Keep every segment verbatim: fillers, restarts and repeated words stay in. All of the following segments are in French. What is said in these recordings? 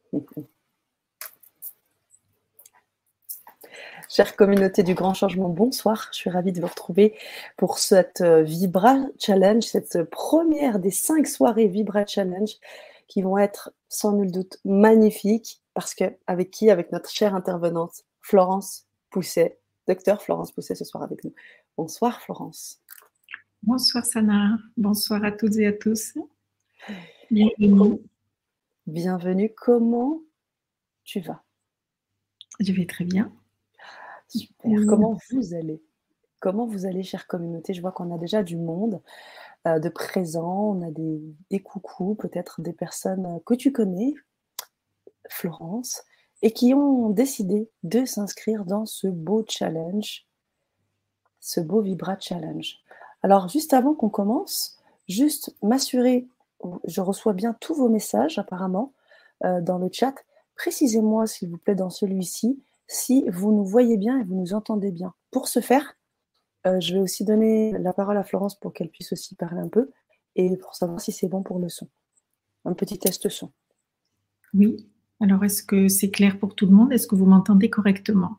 Chère communauté du Grand Changement, bonsoir. Je suis ravie de vous retrouver pour cette Vibra Challenge, cette première des cinq soirées Vibra Challenge qui vont être sans nul doute magnifiques parce que avec qui? Avec notre chère intervenante Florence Pousset, docteur Florence Pousset ce soir avec nous. Bonsoir Florence. Bonsoir Sana, bonsoir à toutes et à tous. Bienvenue. Bienvenue, comment tu vas? Je vais très bien. Super, comment vous allez? Comment vous allez, chère communauté? Je vois qu'on a déjà du monde euh, de présents, on a des, des coucous, peut-être des personnes que tu connais, Florence, et qui ont décidé de s'inscrire dans ce beau challenge, ce beau Vibra Challenge. Alors, juste avant qu'on commence, juste m'assurer, je reçois bien tous vos messages apparemment euh, dans le chat. Précisez-moi, s'il vous plaît, dans celui-ci, si vous nous voyez bien et vous nous entendez bien. Pour ce faire, euh, je vais aussi donner la parole à Florence pour qu'elle puisse aussi parler un peu et pour savoir si c'est bon pour le son. Un petit test son. Oui. Alors, est-ce que c'est clair pour tout le monde? Est-ce que vous m'entendez correctement?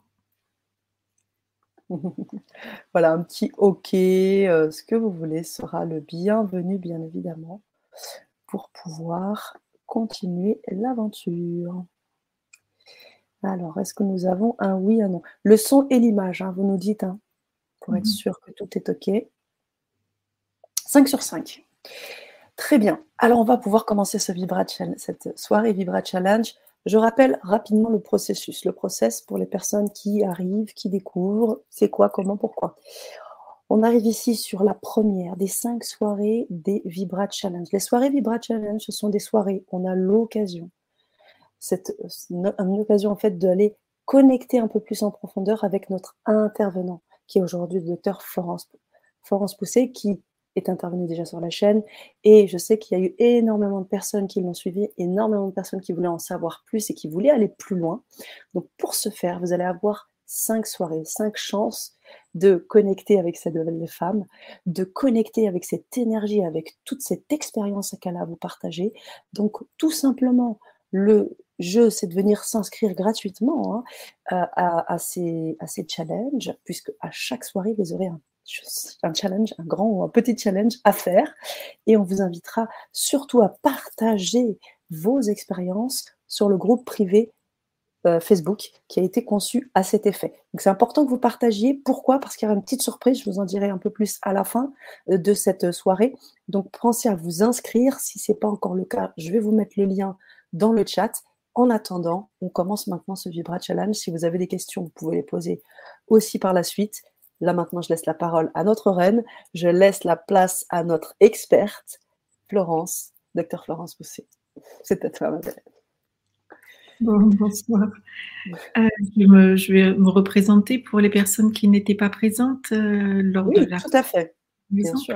Voilà, un petit OK, euh, ce que vous voulez sera le bienvenu, bien évidemment, pour pouvoir continuer l'aventure. Alors, est-ce que nous avons un oui, un non? Le son et l'image, hein, vous nous dites, hein, pour être sûr que tout est OK. cinq sur cinq. Très bien. Alors, on va pouvoir commencer ce Vibra Challenge, cette soirée Vibra Challenge. Je rappelle rapidement le processus. Le process pour les personnes qui arrivent, qui découvrent, c'est quoi, comment, pourquoi. On arrive ici sur la première des cinq soirées des Vibra Challenge. Les soirées Vibra Challenge, ce sont des soirées où on a l'occasion, c'est une occasion en fait d'aller connecter un peu plus en profondeur avec notre intervenant, qui est aujourd'hui le docteur Florence, Florence Pousset, qui est intervenue déjà sur la chaîne. Et je sais qu'il y a eu énormément de personnes qui l'ont suivi, énormément de personnes qui voulaient en savoir plus et qui voulaient aller plus loin. Donc pour ce faire, vous allez avoir cinq soirées, cinq chances de connecter avec cette nouvelle femme, de connecter avec cette énergie, avec toute cette expérience qu'elle a à vous partager. Donc tout simplement, le jeu, c'est de venir s'inscrire gratuitement hein, à, à, ces, à ces challenges, puisque à chaque soirée, vous aurez un, un challenge, un grand ou un petit challenge à faire. Et on vous invitera surtout à partager vos expériences sur le groupe privé euh, Facebook qui a été conçu à cet effet. Donc c'est important que vous partagiez. Pourquoi? Parce qu'il y aura une petite surprise, je vous en dirai un peu plus à la fin euh, de cette soirée. Donc pensez à vous inscrire. Si ce n'est pas encore le cas, je vais vous mettre le lien dans le chat. En attendant, on commence maintenant ce Vibra Challenge. Si vous avez des questions, vous pouvez les poser aussi par la suite. Là maintenant, je laisse la parole à notre reine. Je laisse la place à notre experte, Florence, docteur Florence Pousset. C'est à toi, ma belle. Bon, bonsoir. Euh, je, me, je vais me représenter pour les personnes qui n'étaient pas présentes euh, lors oui, de la... tout à fait. Bien sûr.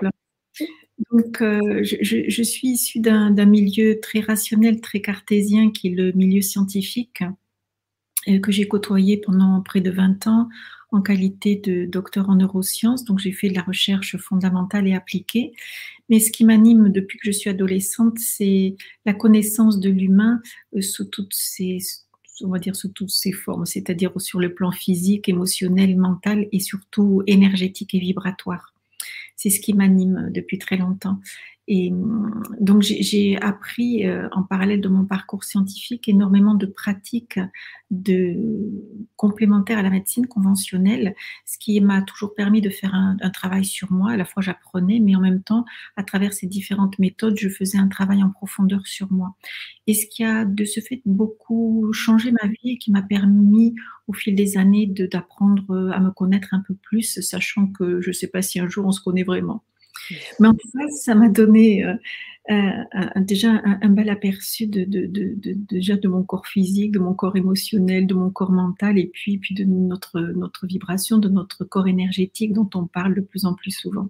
Donc, euh, je, je, je suis issue d'un milieu très rationnel, très cartésien, qui est le milieu scientifique, euh, que j'ai côtoyé pendant près de vingt ans en qualité de docteur en neurosciences. Donc, j'ai fait de la recherche fondamentale et appliquée. Mais ce qui m'anime depuis que je suis adolescente, c'est la connaissance de l'humain euh, sous toutes ses, on va dire sous toutes ses formes, c'est-à-dire sur le plan physique, émotionnel, mental et surtout énergétique et vibratoire. C'est ce qui m'anime depuis très longtemps. Et donc, j'ai appris euh, en parallèle de mon parcours scientifique énormément de pratiques de, complémentaires à la médecine conventionnelle, ce qui m'a toujours permis de faire un, un travail sur moi. À la fois, j'apprenais, mais en même temps, à travers ces différentes méthodes, je faisais un travail en profondeur sur moi. Et ce qui a, de ce fait, beaucoup changé ma vie et qui m'a permis, au fil des années, d'apprendre à me connaître un peu plus, sachant que je ne sais pas si un jour on se connaît vraiment. Mais en tout cas, ça m'a donné euh, euh, un, déjà un, un bel aperçu de, de, de, de, déjà de mon corps physique, de mon corps émotionnel, de mon corps mental et puis, puis de notre, notre vibration, de notre corps énergétique dont on parle de plus en plus souvent.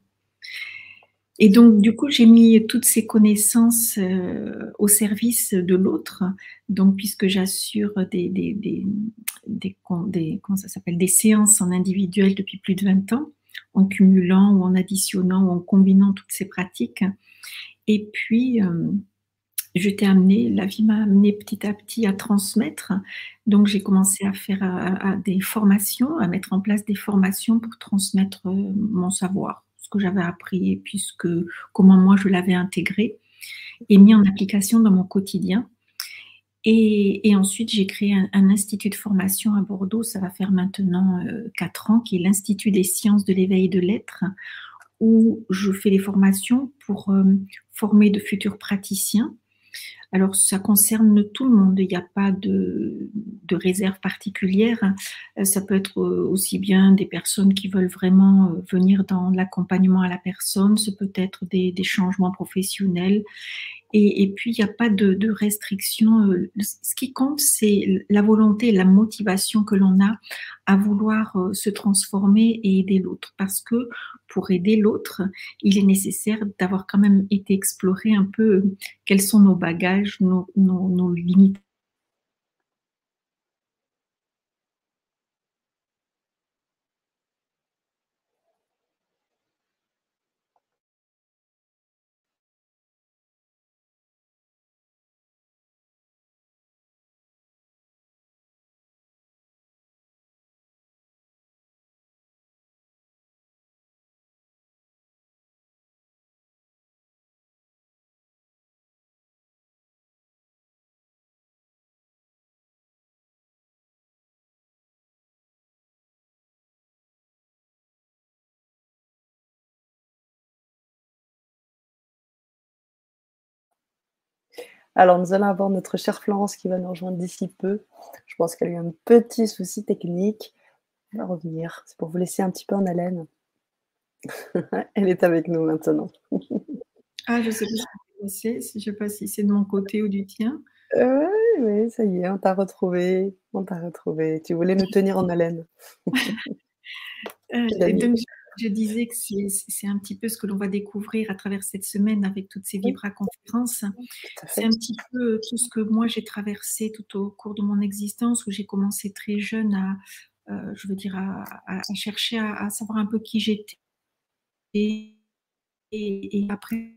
Et donc, du coup, j'ai mis toutes ces connaissances euh, au service de l'autre. Donc, puisque j'assure des, des, des, des, des, comment ça s'appelle, des séances en individuel depuis plus de vingt ans, en cumulant ou en additionnant ou en combinant toutes ces pratiques. Et puis, euh, je t'ai amené, la vie m'a amené petit à petit à transmettre. Donc, j'ai commencé à faire à, à des formations, à mettre en place des formations pour transmettre euh, mon savoir, ce que j'avais appris, puisque comment moi je l'avais intégré et mis en application dans mon quotidien. Et, et ensuite, j'ai créé un, un institut de formation à Bordeaux, ça va faire maintenant euh, quatre ans, qui est l'Institut des sciences de l'éveil et de l'être, où je fais des formations pour euh, former de futurs praticiens. Alors, ça concerne tout le monde, il n'y a pas de, de réserve particulière. Ça peut être aussi bien des personnes qui veulent vraiment venir dans l'accompagnement à la personne, ça peut être des, des changements professionnels. Et, et puis, il n'y a pas de, de restriction. Ce qui compte, c'est la volonté et la motivation que l'on a à vouloir se transformer et aider l'autre. Parce que pour aider l'autre, il est nécessaire d'avoir quand même été exploré un peu quels sont nos bagages, nos, nos, nos limites. Alors, nous allons avoir notre chère Florence qui va nous rejoindre d'ici peu. Je pense qu'elle a eu un petit souci technique. Elle va revenir. C'est pour vous laisser un petit peu en haleine. Elle est avec nous maintenant. Ah, je sais pas ce qui s'est passé, je sais pas si c'est de mon côté ou du tien. Oui, oui, ça y est, on t'a retrouvé, on t'a retrouvé. Tu voulais nous tenir en haleine. Euh, donc, je, je disais que c'est un petit peu ce que l'on va découvrir à travers cette semaine avec toutes ces vibra-conférences. C'est un petit peu tout ce que moi j'ai traversé tout au cours de mon existence, où j'ai commencé très jeune à, euh, je veux dire, à, à, à chercher à, à savoir un peu qui j'étais. Et, et, et après,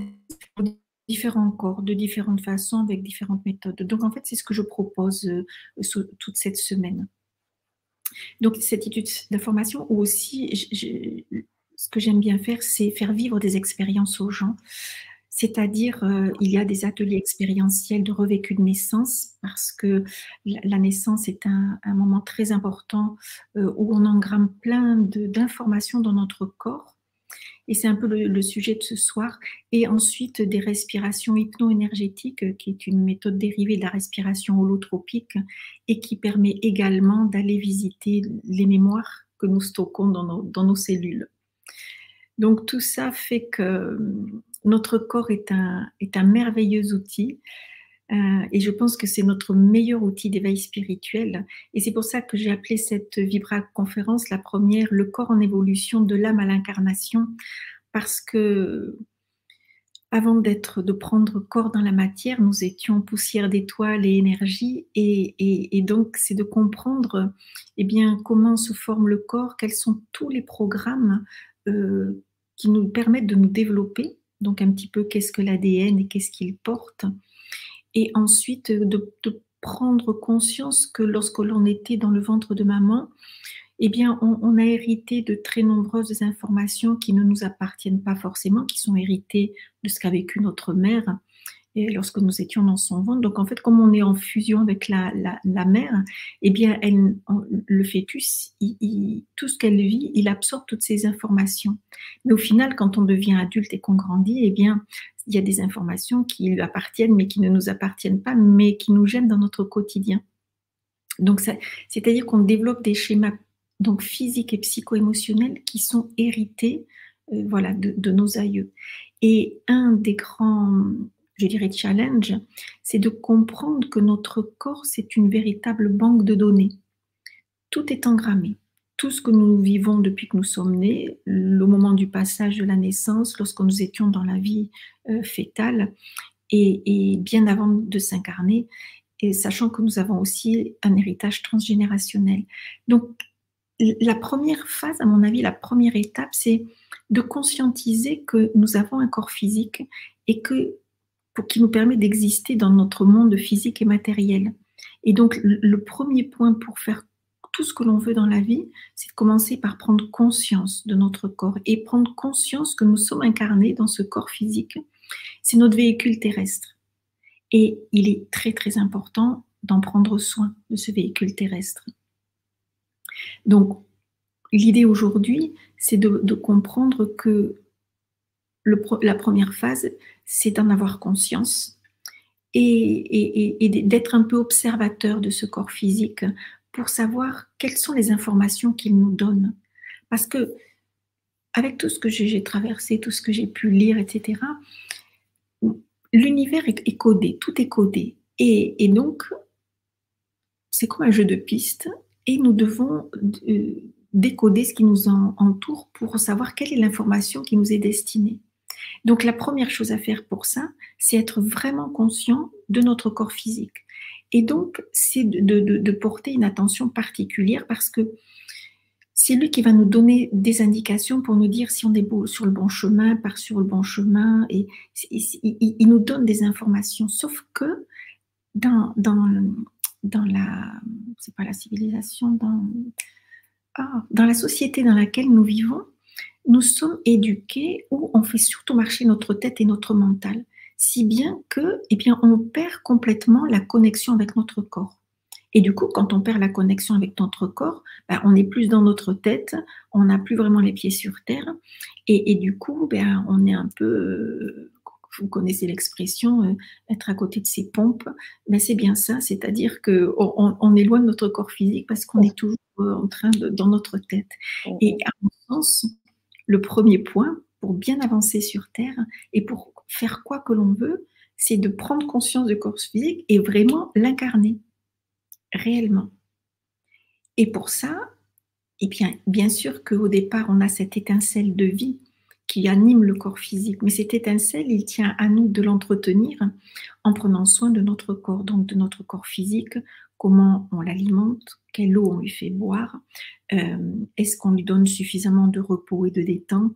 différents corps, de différentes façons, avec différentes méthodes. Donc, en fait, c'est ce que je propose euh, sous, toute cette semaine. Donc, cette étude d'information, ou aussi, je, je, ce que j'aime bien faire, c'est faire vivre des expériences aux gens. C'est-à-dire, euh, il y a des ateliers expérientiels de revécu de naissance, parce que la, la naissance est un, un moment très important euh, où on engramme plein d'informations dans notre corps. Et c'est un peu le, le sujet de ce soir. Et ensuite, des respirations hypno-énergétiques, qui est une méthode dérivée de la respiration holotropique et qui permet également d'aller visiter les mémoires que nous stockons dans nos, dans nos cellules. Donc, tout ça fait que notre corps est un, est un merveilleux outil. Euh, et je pense que c'est notre meilleur outil d'éveil spirituel. Et c'est pour ça que j'ai appelé cette vibra-conférence, la première, le corps en évolution de l'âme à l'incarnation, parce que avant d'être, de prendre corps dans la matière, nous étions poussière d'étoiles et énergie, et, et, et donc c'est de comprendre eh bien, comment se forme le corps, quels sont tous les programmes euh, qui nous permettent de nous développer, donc un petit peu qu'est-ce que l'A D N et qu'est-ce qu'il porte, et ensuite de, de prendre conscience que lorsque l'on était dans le ventre de maman, eh bien, on, on a hérité de très nombreuses informations qui ne nous appartiennent pas forcément, qui sont héritées de ce qu'a vécu notre mère et lorsque nous étions dans son ventre. Donc, en fait, comme on est en fusion avec la, la, la mère, eh bien, elle, le fœtus, il, il, tout ce qu'elle vit, il absorbe toutes ces informations. Mais au final, quand on devient adulte et qu'on grandit, eh bien, il y a des informations qui lui appartiennent, mais qui ne nous appartiennent pas, mais qui nous gênent dans notre quotidien. Donc, c'est-à-dire qu'on développe des schémas donc physiques et psycho-émotionnels qui sont hérités euh, voilà, de, de nos aïeux. Et un des grands, je dirais, challenges, c'est de comprendre que notre corps, c'est une véritable banque de données. Tout est engrammé. Tout ce que nous vivons depuis que nous sommes nés, le moment du passage de la naissance, lorsque nous étions dans la vie euh, fétale, et, et bien avant de s'incarner, et sachant que nous avons aussi un héritage transgénérationnel. Donc, la première phase, à mon avis, la première étape, c'est de conscientiser que nous avons un corps physique et que pour, qui nous permet d'exister dans notre monde physique et matériel. Et donc, le, le premier point pour faire tout ce que l'on veut dans la vie, c'est de commencer par prendre conscience de notre corps et prendre conscience que nous sommes incarnés dans ce corps physique. C'est notre véhicule terrestre. Et il est très, très important d'en prendre soin de ce véhicule terrestre. Donc, l'idée aujourd'hui, c'est de, de comprendre que le, la première phase, c'est d'en avoir conscience et, et, et d'être un peu observateur de ce corps physique pour savoir quelles sont les informations qu'il nous donne. Parce que, avec tout ce que j'ai traversé, tout ce que j'ai pu lire, et cetera, l'univers est, est codé, tout est codé. Et, et donc, c'est comme un jeu de pistes et nous devons euh, décoder ce qui nous en, entoure pour savoir quelle est l'information qui nous est destinée. Donc, la première chose à faire pour ça, c'est être vraiment conscient de notre corps physique. Et donc, c'est de, de, de porter une attention particulière parce que c'est lui qui va nous donner des indications pour nous dire si on est sur le bon chemin, pas sur le bon chemin. Et il, il, il nous donne des informations. Sauf que dans, dans, dans la, c'est pas la civilisation, dans, ah, dans la société dans laquelle nous vivons, nous sommes éduqués où on fait surtout marcher notre tête et notre mental. Si bien que, eh bien, on perd complètement la connexion avec notre corps. Et du coup, quand on perd la connexion avec notre corps, ben, on est plus dans notre tête, on n'a plus vraiment les pieds sur terre, et, et du coup, ben, on est un peu, euh, vous connaissez l'expression, euh, être à côté de ses pompes, ben, c'est bien ça, c'est-à-dire qu'on on, on est loin de notre corps physique parce qu'on est toujours euh, en train de, dans notre tête. Et à mon sens, le premier point pour bien avancer sur terre et pour faire quoi que l'on veut, c'est de prendre conscience du corps physique et vraiment l'incarner réellement. Et pour ça, et bien, bien sûr qu'au départ, on a cette étincelle de vie qui anime le corps physique, mais cette étincelle, il tient à nous de l'entretenir en prenant soin de notre corps, donc de notre corps physique, comment on l'alimente, quelle eau on lui fait boire, euh, est-ce qu'on lui donne suffisamment de repos et de détente,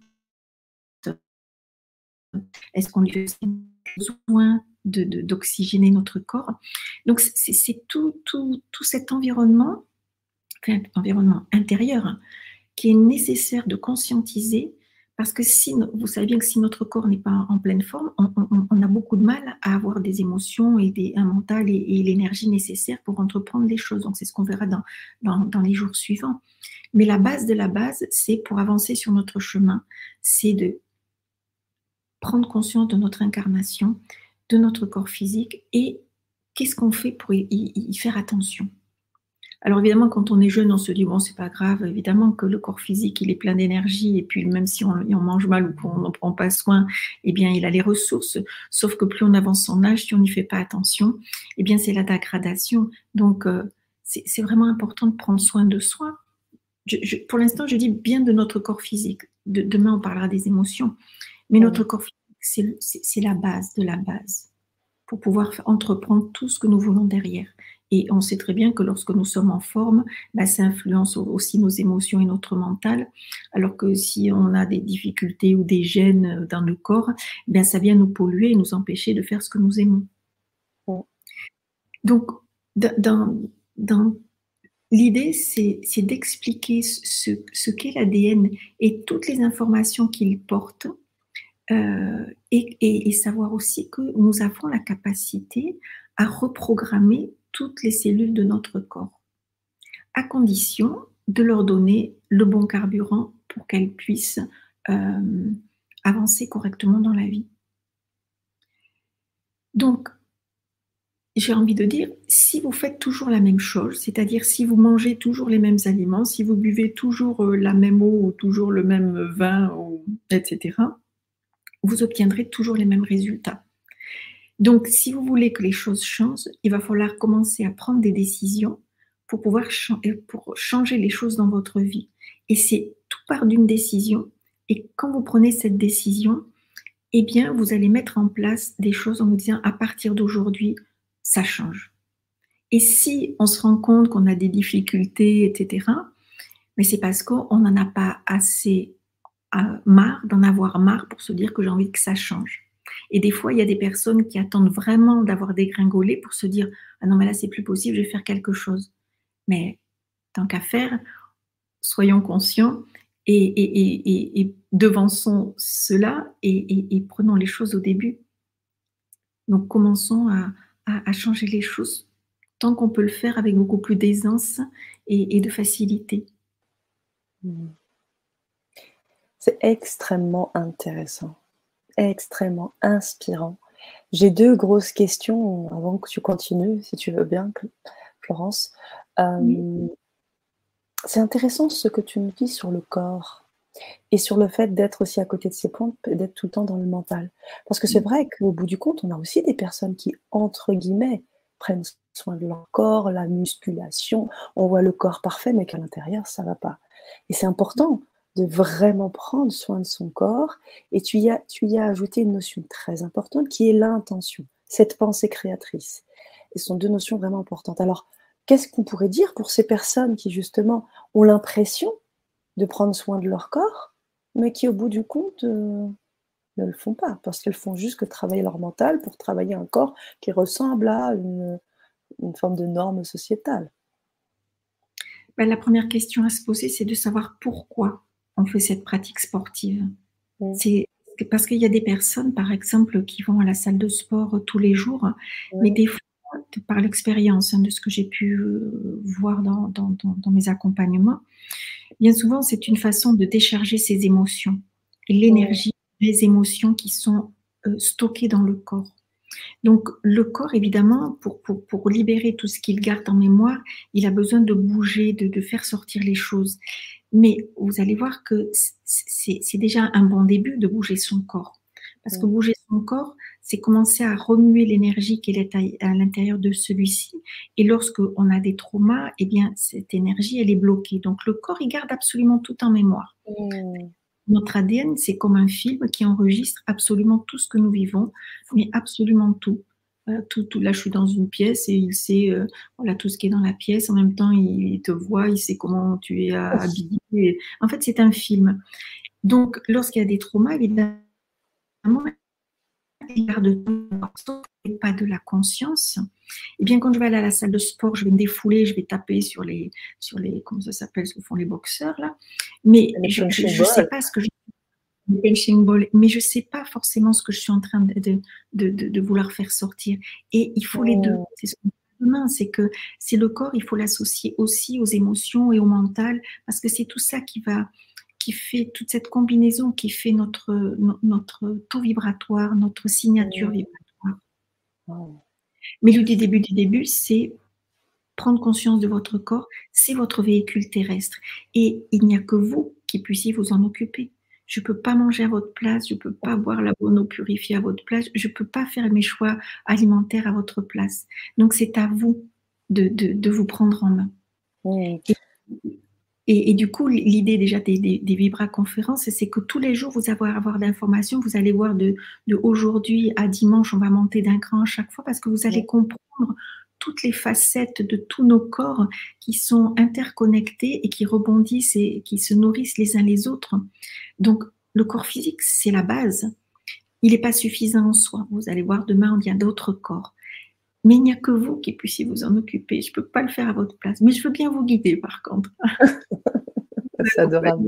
est-ce qu'on lui fait besoin de, de, d'oxygéner notre corps. Donc c'est, c'est tout, tout, tout cet environnement, enfin, environnement intérieur, hein, qui est nécessaire de conscientiser, parce que si, vous savez bien que si notre corps n'est pas en pleine forme, on, on, on a beaucoup de mal à avoir des émotions et des, un mental et, et l'énergie nécessaire pour entreprendre les choses. Donc c'est ce qu'on verra dans, dans, dans les jours suivants. Mais la base de la base, c'est pour avancer sur notre chemin, c'est de prendre conscience de notre incarnation, de notre corps physique et qu'est-ce qu'on fait pour y, y, y faire attention. Alors évidemment, quand on est jeune, on se dit, bon, c'est pas grave, évidemment que le corps physique, il est plein d'énergie, et puis même si on, on mange mal ou qu'on n'en prend pas soin, eh bien, il a les ressources, sauf que plus on avance en âge, si on n'y fait pas attention, eh bien, c'est la dégradation. Donc, euh, c'est, c'est vraiment important de prendre soin de soi. Je, je, pour l'instant, je dis bien de notre corps physique. De, demain, on parlera des émotions. Mais notre corps physique, c'est, c'est, c'est la base de la base pour pouvoir entreprendre tout ce que nous voulons derrière. Et on sait très bien que lorsque nous sommes en forme, bah, ça influence aussi nos émotions et notre mental, alors que si on a des difficultés ou des gènes dans le corps, ben ça vient nous polluer et nous empêcher de faire ce que nous aimons. Donc, dans, dans l'idée, c'est, c'est d'expliquer ce, ce qu'est l'A D N et toutes les informations qu'il porte, euh, et, et, et savoir aussi que nous avons la capacité à reprogrammer toutes les cellules de notre corps, à condition de leur donner le bon carburant pour qu'elles puissent euh, avancer correctement dans la vie. Donc, j'ai envie de dire, si vous faites toujours la même chose, c'est-à-dire si vous mangez toujours les mêmes aliments, si vous buvez toujours la même eau ou toujours le même vin, ou, et cetera, vous obtiendrez toujours les mêmes résultats. Donc, si vous voulez que les choses changent, il va falloir commencer à prendre des décisions pour pouvoir ch- pour changer les choses dans votre vie. Et c'est tout part d'une décision. Et quand vous prenez cette décision, eh bien, vous allez mettre en place des choses en vous disant, à partir d'aujourd'hui, ça change. Et si on se rend compte qu'on a des difficultés, et cetera, mais c'est parce qu'on n'en a pas assez euh, marre, d'en avoir marre pour se dire que j'ai envie que ça change. Et des fois, il y a des personnes qui attendent vraiment d'avoir dégringolé pour se dire « Ah non, mais là, c'est plus possible, je vais faire quelque chose. » Mais tant qu'à faire, soyons conscients et, et, et, et, et devançons cela et, et, et prenons les choses au début. Donc, commençons à, à, à changer les choses tant qu'on peut le faire avec beaucoup plus d'aisance et, et de facilité. Mmh. C'est extrêmement intéressant, extrêmement inspirant. J'ai deux grosses questions avant que tu continues, si tu veux bien, Florence. Euh, Oui. C'est intéressant ce que tu me dis sur le corps et sur le fait d'être aussi à côté de ses pompes et d'être tout le temps dans le mental. Parce que c'est vrai qu'au bout du compte, on a aussi des personnes qui, entre guillemets, prennent soin de leur corps, la musculation, on voit le corps parfait, mais qu'à l'intérieur, ça ne va pas. Et c'est important de vraiment prendre soin de son corps. Et tu y as, tu y as ajouté une notion très importante qui est l'intention, cette pensée créatrice. Et ce sont deux notions vraiment importantes. Alors, qu'est-ce qu'on pourrait dire pour ces personnes qui, justement, ont l'impression de prendre soin de leur corps, mais qui, au bout du compte, euh, ne le font pas, parce qu'elles font juste que travailler leur mental pour travailler un corps qui ressemble à une, une forme de norme sociétale. Ben, la première question à se poser, c'est de savoir pourquoi on fait cette pratique sportive. Mmh. C'est parce qu'il y a des personnes, par exemple, qui vont à la salle de sport tous les jours, Mmh. mais des fois, par l'expérience hein, de ce que j'ai pu voir dans, dans, dans, dans mes accompagnements, bien souvent, c'est une façon de décharger ses émotions, l'énergie, mmh. les émotions qui sont euh, stockées dans le corps. Donc, le corps, évidemment, pour, pour, pour libérer tout ce qu'il garde en mémoire, il a besoin de bouger, de, de faire sortir les choses. Mais vous allez voir que c'est, c'est déjà un bon début de bouger son corps. Parce que bouger son corps, c'est commencer à remuer l'énergie qui est à, à l'intérieur de celui-ci. Et lorsque on a des traumas, eh bien, cette énergie, elle est bloquée. Donc, le corps, il garde absolument tout en mémoire. Mmh. Notre A D N, c'est comme un film qui enregistre absolument tout ce que nous vivons, mais absolument tout. Euh, tout, tout. Là, je suis dans une pièce et il sait euh, voilà, tout ce qui est dans la pièce. En même temps, il te voit, il sait comment tu es habillé. Et... En fait, c'est un film. Donc, lorsqu'il y a des traumas, évidemment, il garde tout, pas de la conscience. Et bien, quand je vais aller à la salle de sport, je vais me défouler, je vais taper sur les, sur les, comment ça s'appelle, ce que font les boxeurs là. Mais je ne sais pas ce que je ball, mais je ne sais pas forcément ce que je suis en train de, de, de, de vouloir faire sortir. Et il faut oh. les deux. C'est ce qu'on dit demain, c'est que c'est le corps, il faut l'associer aussi aux émotions et au mental, parce que c'est tout ça qui va, qui fait toute cette combinaison qui fait notre, notre taux vibratoire, notre signature oh. vibratoire. Oh. Mais le début du début, c'est prendre conscience de votre corps, c'est votre véhicule terrestre. Et il n'y a que vous qui puissiez vous en occuper. Je ne peux pas manger à votre place, je ne peux pas boire la bonne eau purifiée à votre place, je ne peux pas faire mes choix alimentaires à votre place. Donc, c'est à vous de, de, de vous prendre en main. Mmh. Et, et, et du coup, l'idée déjà des, des, des Vibra-conférences, c'est que tous les jours, vous allez avoir d'informations, vous allez voir de, de aujourd'hui à dimanche, on va monter d'un cran à chaque fois parce que vous allez mmh. comprendre toutes les facettes de tous nos corps qui sont interconnectés et qui rebondissent et qui se nourrissent les uns les autres. Donc, le corps physique, c'est la base. Il n'est pas suffisant en soi. Vous allez voir demain, il y a d'autres corps. Mais il n'y a que vous qui puissiez vous en occuper. Je ne peux pas le faire à votre place. Mais je veux bien vous guider, par contre. C'est adorable.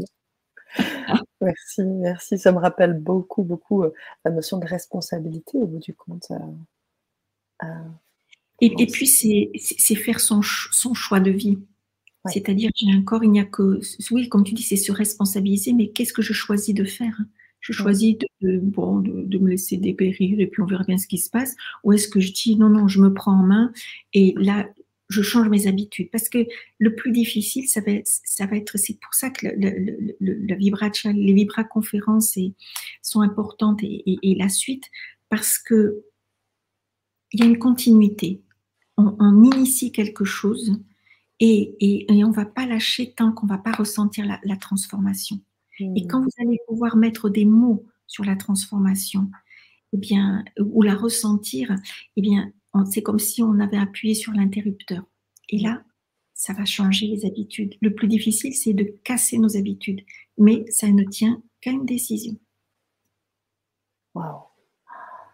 Merci, merci. Ça me rappelle beaucoup, beaucoup la notion de responsabilité au bout du compte. Euh, Et, et puis, c'est, c'est faire son, son choix de vie. Ouais. C'est-à-dire, j'ai un corps, il n'y a que... Oui, comme tu dis, c'est se responsabiliser, mais qu'est-ce que je choisis de faire ? Je choisis ouais. de, de, bon, de, de me laisser dépérir et puis on verra bien ce qui se passe. Ou est-ce que je dis, non, non, je me prends en main et là, je change mes habitudes. Parce que le plus difficile, ça va, ça va être... C'est pour ça que le, le, le, le vibra, les vibra-conférences sont importantes et, et, et la suite, parce que il y a une continuité. On, on initie quelque chose et, et, et on ne va pas lâcher tant qu'on ne va pas ressentir la, la transformation. Mmh. Et quand vous allez pouvoir mettre des mots sur la transformation, eh bien, ou la ressentir, eh bien, on, c'est comme si on avait appuyé sur l'interrupteur. Et là, ça va changer les habitudes. Le plus difficile, c'est de casser nos habitudes. Mais ça ne tient qu'à une décision. Waouh!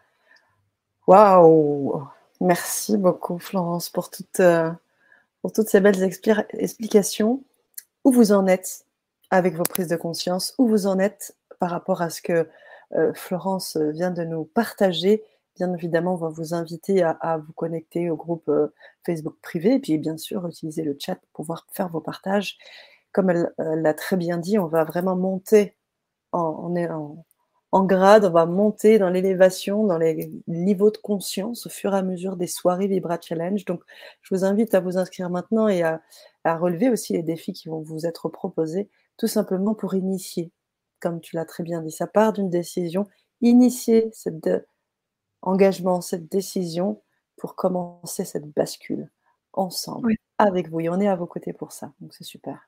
Waouh! Merci beaucoup Florence pour toutes, heu, pour toutes ces belles explir explications. Où vous en êtes avec vos prises de conscience? Où vous en êtes par rapport à ce que, heu, Florence vient de nous partager? Bien évidemment, on va vous inviter à à vous connecter au groupe, heu, Facebook privé et puis bien sûr utiliser le chat pour pouvoir faire vos partages. Comme elle, heu, l'a très bien dit, on va vraiment monter en en é en en grade, on va monter dans l'élévation, dans les niveaux de conscience au fur et à mesure des soirées Vibra Challenge. Donc, je vous invite à vous inscrire maintenant et à à relever aussi les défis qui vont vous être proposés, tout simplement pour initier. Comme tu l'as très bien dit, ça part d'une décision. Initier cet de engagement, cette décision pour commencer cette bascule ensemble, Oui. avec vous et on est à vos côtés pour ça, donc c'est super.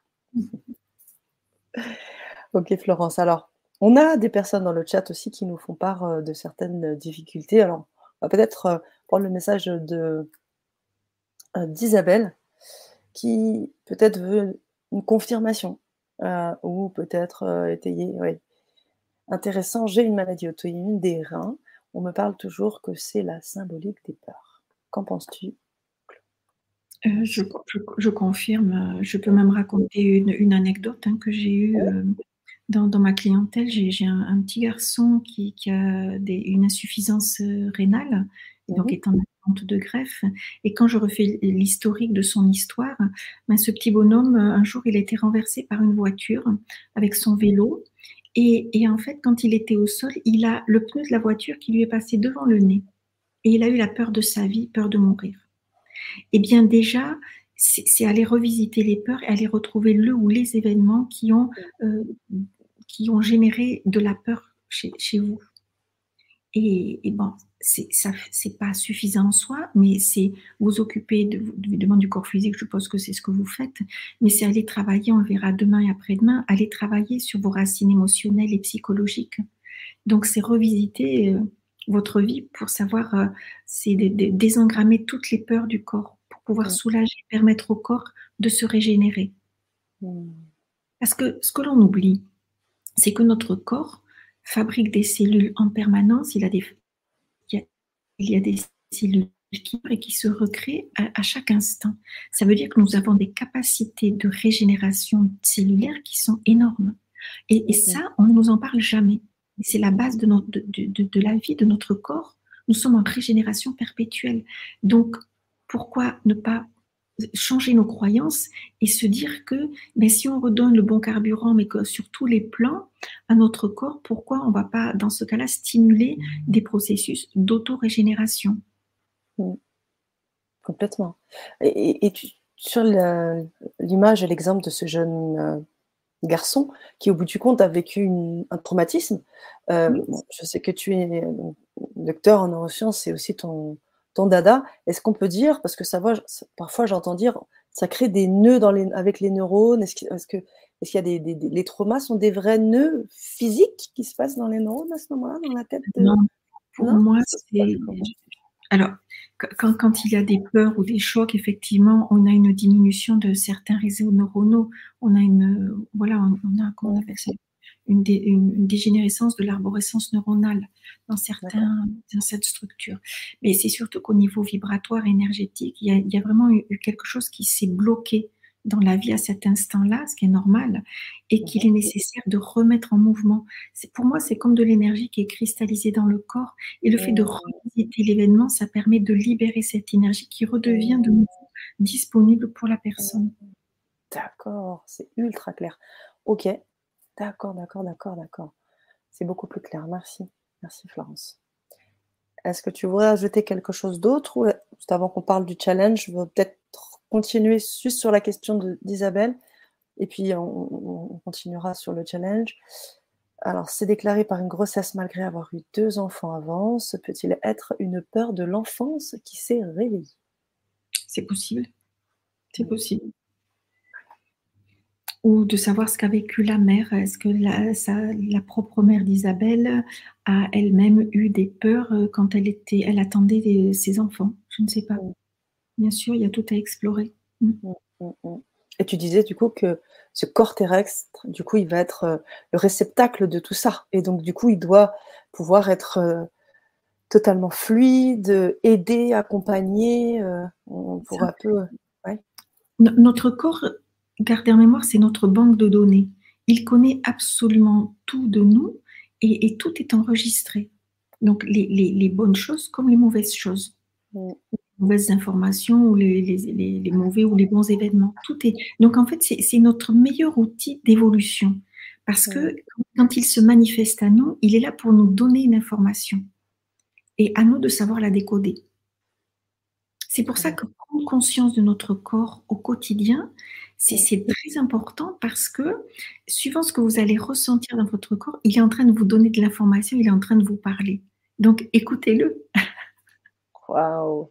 OK Florence, alors on a des personnes dans le chat aussi qui nous font part, heu, de certaines difficultés. Alors, on va peut-être, heu, prendre le message de, heu, d'Isabelle qui peut-être veut une confirmation, heu, ou peut-être, heu, étayer, oui. Intéressant, j'ai une maladie auto-immune des reins. On me parle toujours que c'est la symbolique des peurs. Qu'en penses-tu? Heu, je Merci. co je co je confirme, heu, je peux Mmh. même raconter une une anecdote, hein, que j'ai eue, Oui. heu, dans dans ma clientèle. J'ai j'ai un un petit garçon qui qui a des une insuffisance, heu, rénale, Mmh donc mh. est en attente de greffe et quand je refais l l'historique de son histoire, ben, ce petit bonhomme, heu, un jour, il a été renversé par une voiture avec son vélo et et en fait, quand il était au sol, il a le pneu de la voiture qui lui est passé devant le nez et il a eu la peur de sa vie, peur de mourir. Et bien déjà, c'est c'est aller revisiter les peurs et aller retrouver le ou les événements qui ont, Mmh. heu, qui ont généré de la peur chez chez vous. Et et bon, c'est ça f c'est pas suffisant en soi, mais c'est vous occuper de v évidemment du corps physique, je suppose que c'est ce que vous faites, mais c'est aller travailler, on le verra demain et après-demain, aller travailler sur vos racines émotionnelles et psychologiques. Donc c'est revisiter, heu, votre vie pour savoir, heu, c'est dé dé désengrammer toutes les peurs du corps pour pouvoir Mmh. soulager, permettre au corps de se régénérer. Mmh. Parce que ce que l'on oublie, c'est que notre corps fabrique des cellules en permanence, il a des f il y a il y a des cellules qui et qui se recréent à à chaque instant. Ça veut dire que nous avons des capacités de régénération cellulaire qui sont énormes et et Mmh mh. ça, on ne nous en parle jamais. C'est la base de notre de de de de la vie de notre corps. Nous sommes en régénération perpétuelle. Donc pourquoi ne pas z changer nos croyances et se dire que, beh, si on redonne le bon carburant, mais que sur tous les plans à notre corps, pourquoi on va pas, dans ce cas-là, stimuler des processus d'auto-régénération? Mmh. Complètement et et et tu sur le l'image et l'exemple de ce jeune, heu, garçon qui, au bout du compte, a vécu une un traumatisme, heu, Oui. bon, je sais que tu es donc docteur en neurosciences, c'est aussi ton ton dada. Est-ce qu'on peut dire parce que ça va, j s parfois j'entends dire: «Ça crée des nœuds dans les avec les neurones». Est-ce qu'il est-ce que est-ce qu'il y a des des des les traumas sont des vrais nœuds physiques qui se passent dans les neurones à ce moment-là, dans la tête de Non, pour non? moi, Ça se passe c'est comment? alors, quand quand quand il y a des peurs ou des chocs, effectivement, on a une diminution de certains réseaux neuronaux. On a une, heu, voilà, on on a, comment on Mmh. appelle ça? Une dé une une dégénérescence de l'arborescence neuronale dans D'accord. certains dans cette structure. Mais c'est surtout qu'au niveau vibratoire énergétique, il y a il y a vraiment eu eu quelque chose qui s'est bloqué dans la vie à cet instant-là, ce qui est normal et Mmh qu'il mh. est nécessaire de remettre en mouvement. C'est pour moi, c'est comme de l'énergie qui est cristallisée dans le corps et le fait de Mmh. revisiter l'événement, ça permet de libérer cette énergie qui redevient de Mmh. nouveau disponible pour la Mmh. personne. D'accord, c'est ultra clair. OK. D'accord, d'accord, d'accord, d'accord. C'est beaucoup plus clair. Merci. Merci Florence. Est-ce que tu voudrais ajouter quelque chose d'autre ou, heu, juste avant qu'on parle du challenge, je veux peut-être continuer juste sur la question de d'Isabelle et puis on on on continuera sur le challenge. Alors, c'est déclaré par une grossesse malgré avoir eu deux enfants avant. Ce peut-il être une peur de l'enfance qui s'est réveillée? C'est possible, c'est Mmh. possible. Ou de savoir ce qu'a vécu la mère. Est-ce que la sa la propre mère d'Isabelle a elle-même eu des peurs, heu, quand elle était elle attendait des ses enfants? Je ne sais pas. Mmh. Bien sûr, il y a tout à explorer. Mmh. Mmh, mmh, mmh et tu disais du coup que ce corps terrestre, du coup, il va être, heu, le réceptacle de tout ça et donc du coup, il doit pouvoir être, heu totalement fluide, aider, accompagner, heu, on C'est ça. pourra peu ouais? No notre corps, gardez en mémoire, c'est notre banque de données. Il connaît absolument tout de nous et et tout est enregistré. Donc les les les bonnes choses comme les mauvaises choses. Mmh. Les mauvaises informations ou les les les les mauvais ou les bons événements. Tout est donc en fait, c'est c'est notre meilleur outil d'évolution parce Mmh. que quand il se manifeste à nous, il est là pour nous donner une information et à nous de savoir la décoder. C'est pour Très ça bien. que prendre conscience de notre corps au quotidien, c'est Mmh. c'est très important parce que, suivant ce que vous allez ressentir dans votre corps, il est en train de vous donner de l'information, il est en train de vous parler. Donc écoutez-le. Waouh!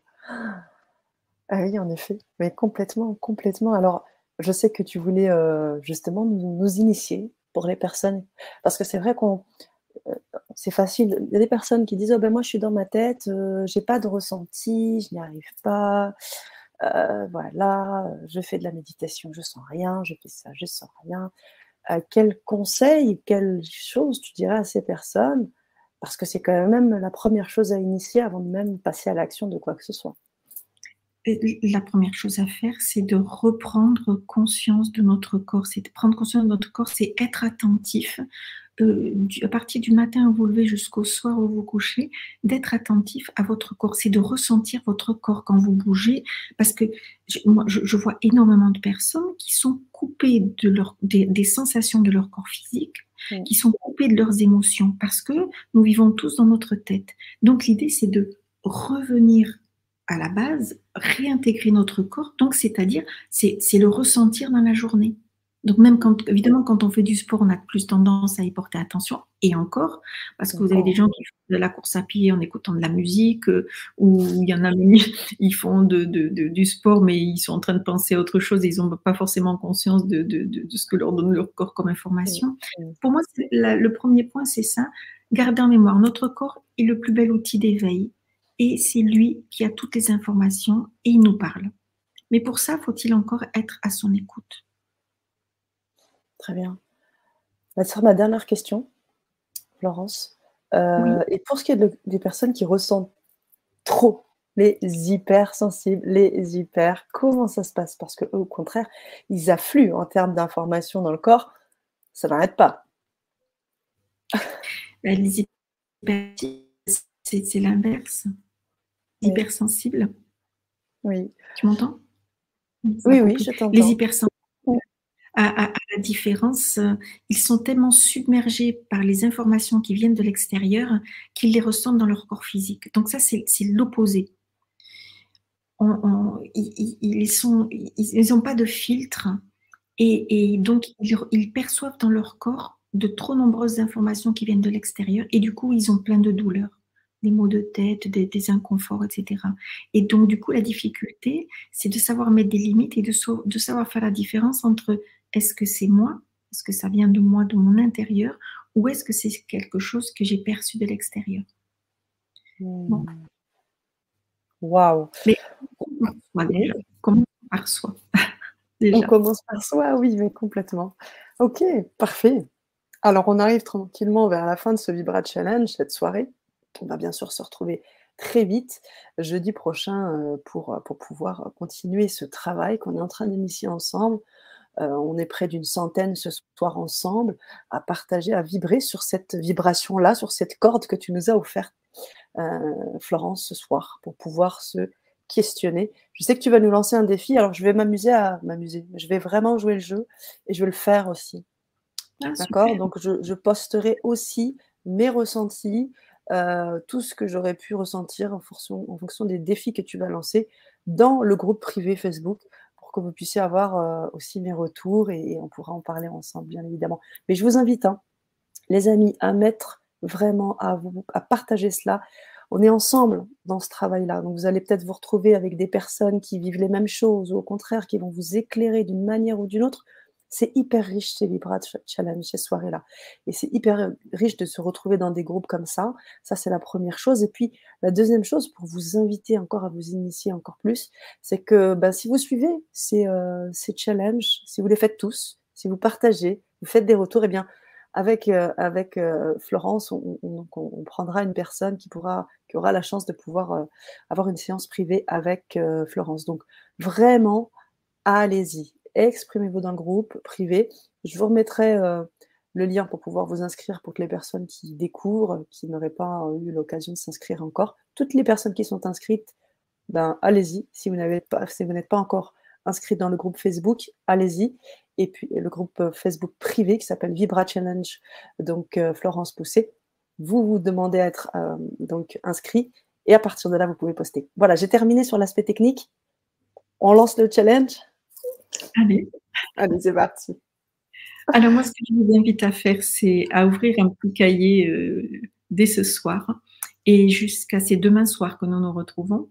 Ah oui, en effet, mais complètement, complètement. Alors, je sais que tu voulais, heu, justement nous nous initier pour les personnes parce que c'est vrai qu'on heu, c'est facile. Il y a des personnes qui disent: «Oh ben moi je suis dans ma tête, heu, j'ai pas de ressenti, je n'y arrive pas, heu, voilà, heu, je fais de la méditation, je sens rien, je fais ça, je sens rien». Heu, quels conseils, quelles choses tu dirais à ces personnes? Parce que c'est quand même la première chose à initier avant de même passer à l'action de quoi que ce soit. Et la première chose à faire, c'est de reprendre conscience de notre corps. C'est de prendre conscience de notre corps, c'est être attentif, heu, du à partir du matin où vous vous levez jusqu'au soir où vous vous couchez, d'être attentif à votre corps. C'est de ressentir votre corps quand vous bougez parce que je moi, je je vois énormément de personnes qui sont coupées de leur des des sensations de leur corps physique, Mmh. qui sont coupées de leurs émotions parce que nous vivons tous dans notre tête. Donc l'idée, c'est de revenir à la base, réintégrer notre corps, donc c'est-à-dire, c'est c'est le ressentir dans la journée. Donc même quand évidemment, quand on fait du sport, on a plus tendance à y porter attention et encore, parce que vous avez des Encore. gens qui font de la course à pied en écoutant de la musique, heu, ou il y en a même, ils font de de de du sport, mais ils sont en train de penser à autre chose et ils ont pas forcément conscience de de de de ce que leur donne leur corps comme Mmh. information. Mmh. Pour moi, c'est la le premier point, c'est ça, garder en mémoire, notre corps est le plus bel outil d'éveil et c'est lui qui a toutes les informations et il nous parle. Mais pour ça, faut-il encore être à son écoute. Très bien. Bah, ce sera ma dernière question, Florence. Oui. Heu et pour ce qui est de des personnes qui ressentent trop, les hypersensibles, les hyper, comment ça se passe? Parce qu'eux, au contraire, ils affluent en termes d'informations dans le corps, ça n'arrête pas. Bah, les hyperactifs, c'est c'est l'inverse. Oui, Hypersensibles, oui. tu m'entends? Mmh, ça a Oui, oui, coupé. je Les t'entends. hypersensibles, à à à la différence, heu, ils sont tellement submergés par les informations qui viennent de l'extérieur qu'ils les ressentent dans leur corps physique. Donc ça, c'est c'est l'opposé. On on ils ils ils sont ils ils ont pas de filtre et et donc ils re ils perçoivent dans leur corps de trop nombreuses informations qui viennent de l'extérieur et du coup, ils ont plein de douleurs, des maux de tête, des des inconforts et cetera et donc du coup, la difficulté, c'est de savoir mettre des limites et de sau de savoir faire la différence entre est-ce que c'est moi? Est-ce que ça vient de moi, de mon intérieur? Ou est-ce que c'est quelque chose que j'ai perçu de l'extérieur? Bon, Mmh. Waouh! mais commençons par soi Oui, déjà. Commençons par soi, on déjà. commence par soi, oui, mais complètement. OK, parfait. Alors on arrive tranquillement vers la fin de ce Vibra Challenge, cette soirée. On va bien sûr se retrouver très vite, jeudi prochain, heu, pour, heu, pour pouvoir, continuer ce travail qu'on est en train d'initier ensemble. Heu, on est près d'une centaine ce soir ensemble à partager, à vibrer sur cette vibration-là, sur cette corde que tu nous as offerte, heu, Florence, ce soir, pour pouvoir se questionner. Je sais que tu vas nous lancer un défi, alors je vais m'amuser à m'amuser, je vais vraiment jouer le jeu et je vais le faire aussi. Ah D'accord? super! Donc je je posterai aussi mes ressentis, heu, tout ce que j'aurais pu ressentir en fonction en fonction des défis que tu vas lancer dans le groupe privé Facebook pour que vous puissiez avoir, heu, aussi mes retours et et on pourra en parler ensemble, bien évidemment. Mais je vous invite, hein, les amis, à mettre vraiment à vous à partager cela. On est ensemble dans ce travail-là, donc vous allez peut-être vous retrouver avec des personnes qui vivent les mêmes choses ou au contraire qui vont vous éclairer d'une manière ou d'une autre. C'est hyper riche ces Libra Ch Challenge, ces soirées-là et c'est hyper, heu, riche de se retrouver dans des groupes comme ça. Ça, c'est la première chose et puis la deuxième chose pour vous inviter encore à vous initier encore plus, c'est que, bah, si vous suivez ces, heu, ces challenges, si vous les faites tous, si vous partagez, vous faites des retours et bien, avec, heu, avec, heu, Florence, on on on on prendra une personne qui pourra qui aura la chance de pouvoir, heu, avoir une séance privée avec, heu, Florence. Donc vraiment, allez-y, exprimez-vous dans le groupe privé. Je vous remettrai, heu, le lien pour pouvoir vous inscrire pour que les personnes qui découvrent, qui n'auraient pas eu l'occasion de s'inscrire encore. Toutes les personnes qui sont inscrites, ben, allez-y. Si vous n'avez pas si vous n'êtes pas encore inscrite dans le groupe Facebook, allez-y. Et puis le groupe, heu, Facebook privé qui s'appelle Vibra Challenge, donc heu, Florence Poussé. Vous, vous demandez à être, hem, donc inscrit et à partir de là, vous pouvez poster. Voilà, j'ai terminé sur l'aspect technique. On lance le challenge? Allez. Allez, c'est parti. Alors moi, ce que je vous invite à faire, c'est à ouvrir un petit cahier, heu, dès ce soir et jusqu'à c'est demain soir que nous nous retrouvons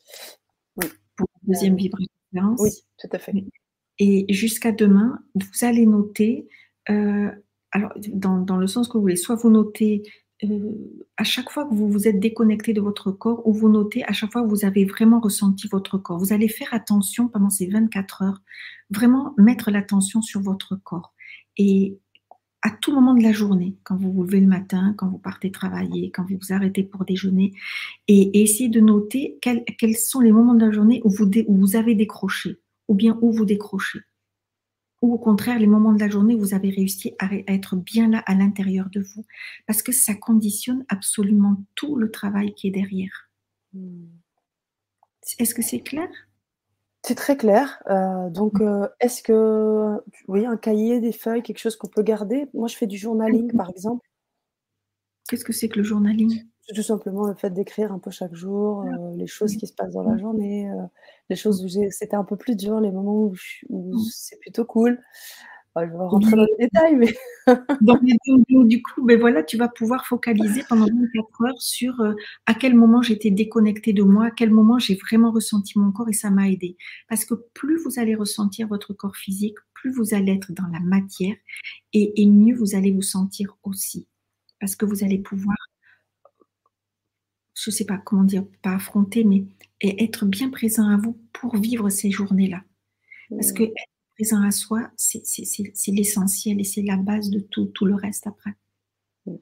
Oui, pour la deuxième heu, oui, vibra-conférence. tout à fait. Oui et jusqu'à demain, vous allez noter, heu, alors dans dans le sens que vous voulez, soit vous notez, heu, à chaque fois que vous vous êtes déconnecté de votre corps ou vous notez à chaque fois que vous avez vraiment ressenti votre corps. Vous allez faire attention pendant ces vingt-quatre heures, vraiment mettre l'attention sur votre corps et à tout moment de la journée, quand vous vous levez le matin, quand vous partez travailler, quand vous vous arrêtez pour déjeuner et et essayez de noter quels quels sont les moments de la journée où vous dé où vous avez décroché ou bien où vous décrochez. Ou au contraire, les moments de la journée où vous avez réussi à ré à être bien là, à l'intérieur de vous. Parce que ça conditionne absolument tout le travail qui est derrière. Mmh. Est-ce que c'est clair? C'est très clair, heu, donc heu, est-ce que oui, un cahier, des feuilles, quelque chose qu'on peut garder? Moi, je fais du journaling, par exemple. Qu'est-ce que c'est que le journaling? C'est tout simplement le fait d'écrire un peu chaque jour, Ah, heu, les choses oui. qui se passent dans la Mmh. journée, heu, les Mmh. choses où j'ai c'était un peu plus dur, les moments où je où Mmh. c'est plutôt cool. Bah, je vais Ou rentrer bien dans les détails, mais donc donc du coup, beh, voilà, tu vas pouvoir focaliser pendant vingt-quatre heures sur, heu, à quel moment j'étais déconnectée de moi, à quel moment j'ai vraiment ressenti mon corps et ça m'a aidé. Parce que plus vous allez ressentir votre corps physique, plus vous allez être dans la matière et et mieux vous allez vous sentir aussi. Parce que vous allez mmh, pouvoir, je sais pas comment dire, pas affronter, mais et être bien présent à vous pour vivre ces journées-là. Parce que mmh, être présent à soi, c'est c'est c'est c'est l'essentiel et c'est la base de tout tout le reste après. mmh.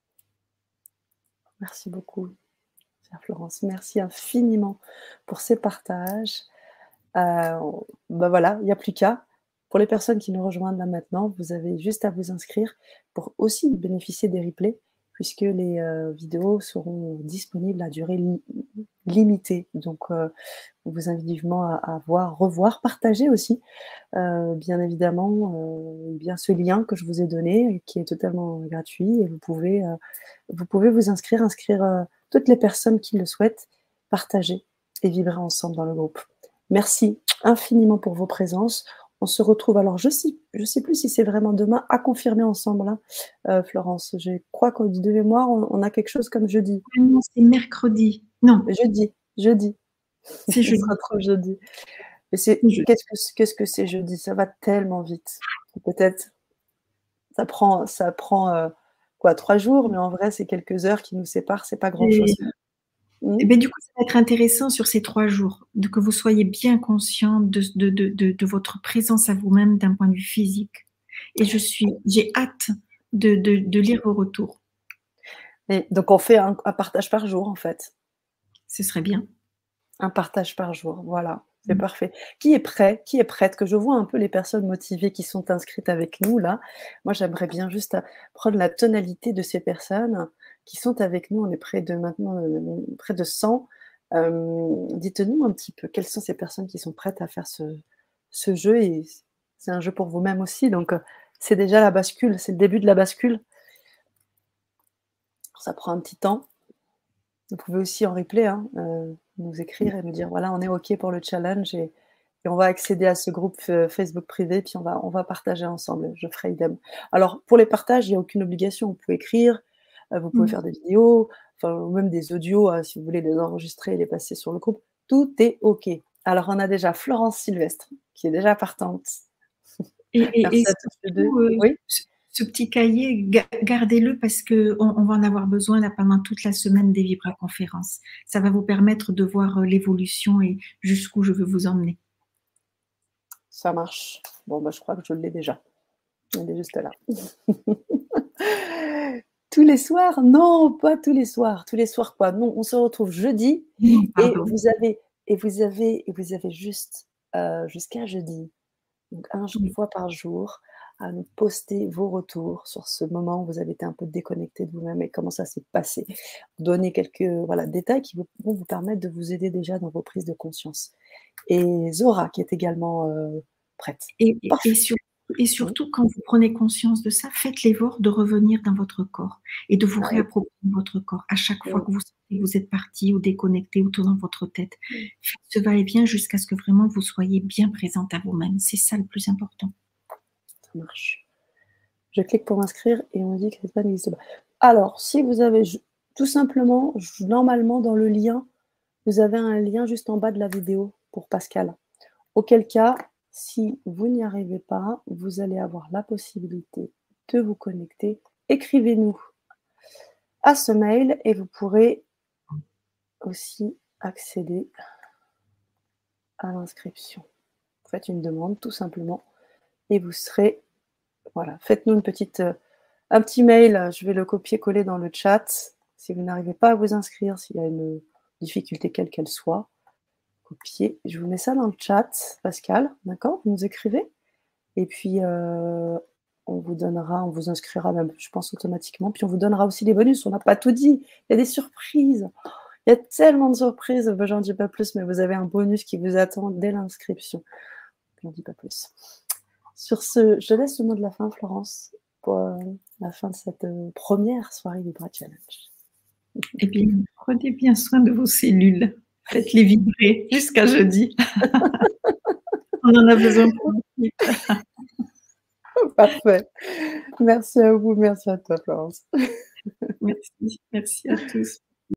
Merci beaucoup, chère Florence. Merci infiniment pour ces partages. Heu, bah, voilà, il y a plus qu'à. Pour les personnes qui nous rejoignent là maintenant, vous avez juste à vous inscrire pour aussi bénéficier des replays puisque les, heu, vidéos seront disponibles à durée li limitée. Donc heu, on vous invite vivement à à voir, revoir, partager aussi, heu, bien évidemment, heu, bien ce lien que je vous ai donné qui est totalement gratuit et vous pouvez, heu, vous pouvez vous inscrire, inscrire, heu, toutes les personnes qui le souhaitent, partager et vibrer ensemble dans le groupe. Merci infiniment pour vos présences. On se retrouve alors je sais je sais plus si c'est vraiment demain, à confirmer ensemble, hein, heu, Florence. Je crois que de mémoire, on on a quelque chose comme jeudi. Ah non, c'est mercredi. Non, Jeudi, jeudi. c'est On se jeudi. retrouve jeudi. Et c'est C'est jeudi. qu'est-ce que c qu'est-ce que c'est jeudi? Ça va tellement vite. Peut-être ça prend ça prend, heu, quoi trois jours, mais en vrai, c'est quelques heures qui nous séparent, c'est pas Et grand-chose. Mmh? et beh, du coup, ça va être intéressant sur ces trois jours, de que vous soyez bien conscient de s de de de de votre présence à vous-même d'un point de vue physique et je suis j'ai hâte de de de lire vos retours. Et donc on fait un un partage par jour, en fait. Ce serait bien. Un partage par jour, voilà, c'est Mmh. parfait. Qui est prêt? Qui est prête? Que je vois un peu les personnes motivées qui sont inscrites avec nous là. Moi, j'aimerais bien juste, heu, prendre la tonalité de ces personnes qui sont avec nous. On est près de maintenant, heu, près de cent. Hem, dites-nous un petit peu quelles sont ces personnes qui sont prêtes à faire ce ce jeu et c c'est un jeu pour vous-même aussi donc heu, c'est déjà la bascule, c'est le début de la bascule. Ça prend un petit temps. Vous pouvez aussi en replay, hein, heu, nous écrire et nous dire: «Voilà, on est OK pour le challenge et et on va accéder à ce groupe F Facebook privé, puis on va on va partager ensemble». Je ferai idem. Alors pour les partages, il y a aucune obligation. Vous pouvez écrire, heu, vous pouvez Mmh. faire des vidéos, enfin ou même des audios, heu, si vous voulez les enregistrer et les passer sur le groupe. Tout est OK. Alors on a déjà Florence Sylvestre qui est déjà partante. Et et et Merci à toutes les deux. surtout, heu, Oui? ce ce petit cahier, ga gardez-le parce qu'on on va en avoir besoin là pendant toute la semaine des vibra-conférences. Ça va vous permettre de voir, heu, l'évolution et jusqu'où je veux vous emmener. Ça marche. Bon, bah, je crois que je l'ai déjà. Elle est juste là. Tous les soirs? Non, pas tous les soirs. Tous les soirs quoi? Non, on se retrouve jeudi Non, et pardon. vous avez et vous avez et vous avez juste, heu, jusqu'à jeudi, donc un j une Oui. fois par jour, à nous poster vos retours sur ce moment où vous avez été un peu déconnectés de vous-même et comment ça s'est passé. Donner quelques, voilà, détails qui vont vont vous permettre de vous aider déjà dans vos prises de conscience et Zora qui est également, heu, prête. Et et et Parfait. sur et Oui. surtout quand vous prenez conscience de ça, faites l'effort de revenir dans votre corps et de vous Ah oui. réapproprier votre corps. À chaque fois Mmh. que vous sentez que vous êtes partis ou déconnectés ou tout dans votre tête, Mmh. faites ce va-et-vient jusqu'à ce que vraiment vous soyez bien présente à vous-même. C'est ça le plus important. Ça marche. Je clique pour m'inscrire et on me dit que l'espace n'existe pas. Alors, si vous avez j tout simplement, j normalement dans le lien, vous avez un lien juste en bas de la vidéo pour Pascal. Auquel cas, si vous n'y arrivez pas, vous allez avoir la possibilité de vous connecter. Écrivez-nous à ce mail et vous pourrez aussi accéder à l'inscription. Vous faites une demande tout simplement et vous serez voilà, faites-nous une petite, heu, un petit mail, je vais le copier-coller dans le chat. Si vous n'arrivez pas à vous inscrire, s'il y a une difficulté quelle qu'elle soit, copier. Je vous mets ça dans le chat, Pascal, d'accord? Vous nous écrivez et puis, heu, on vous donnera on vous inscrira même, je pense automatiquement, puis on vous donnera aussi des bonus. On n'a pas tout dit, il y a des surprises. Il y a tellement de surprises, bah, j'en dis pas plus, mais vous avez un bonus qui vous attend dès l'inscription. J'en dis pas plus. Sur ce, je te laisse le mot de la fin, Florence, pour, heu, la fin de cette, heu, première soirée Vibra Challenge. Eh bien, prenez bien soin de vos cellules. Faites-les vibrer jusqu'à jeudi. On en a besoin pour la suite. Parfait. Merci à vous, merci à toi, Florence. Merci, merci à tous.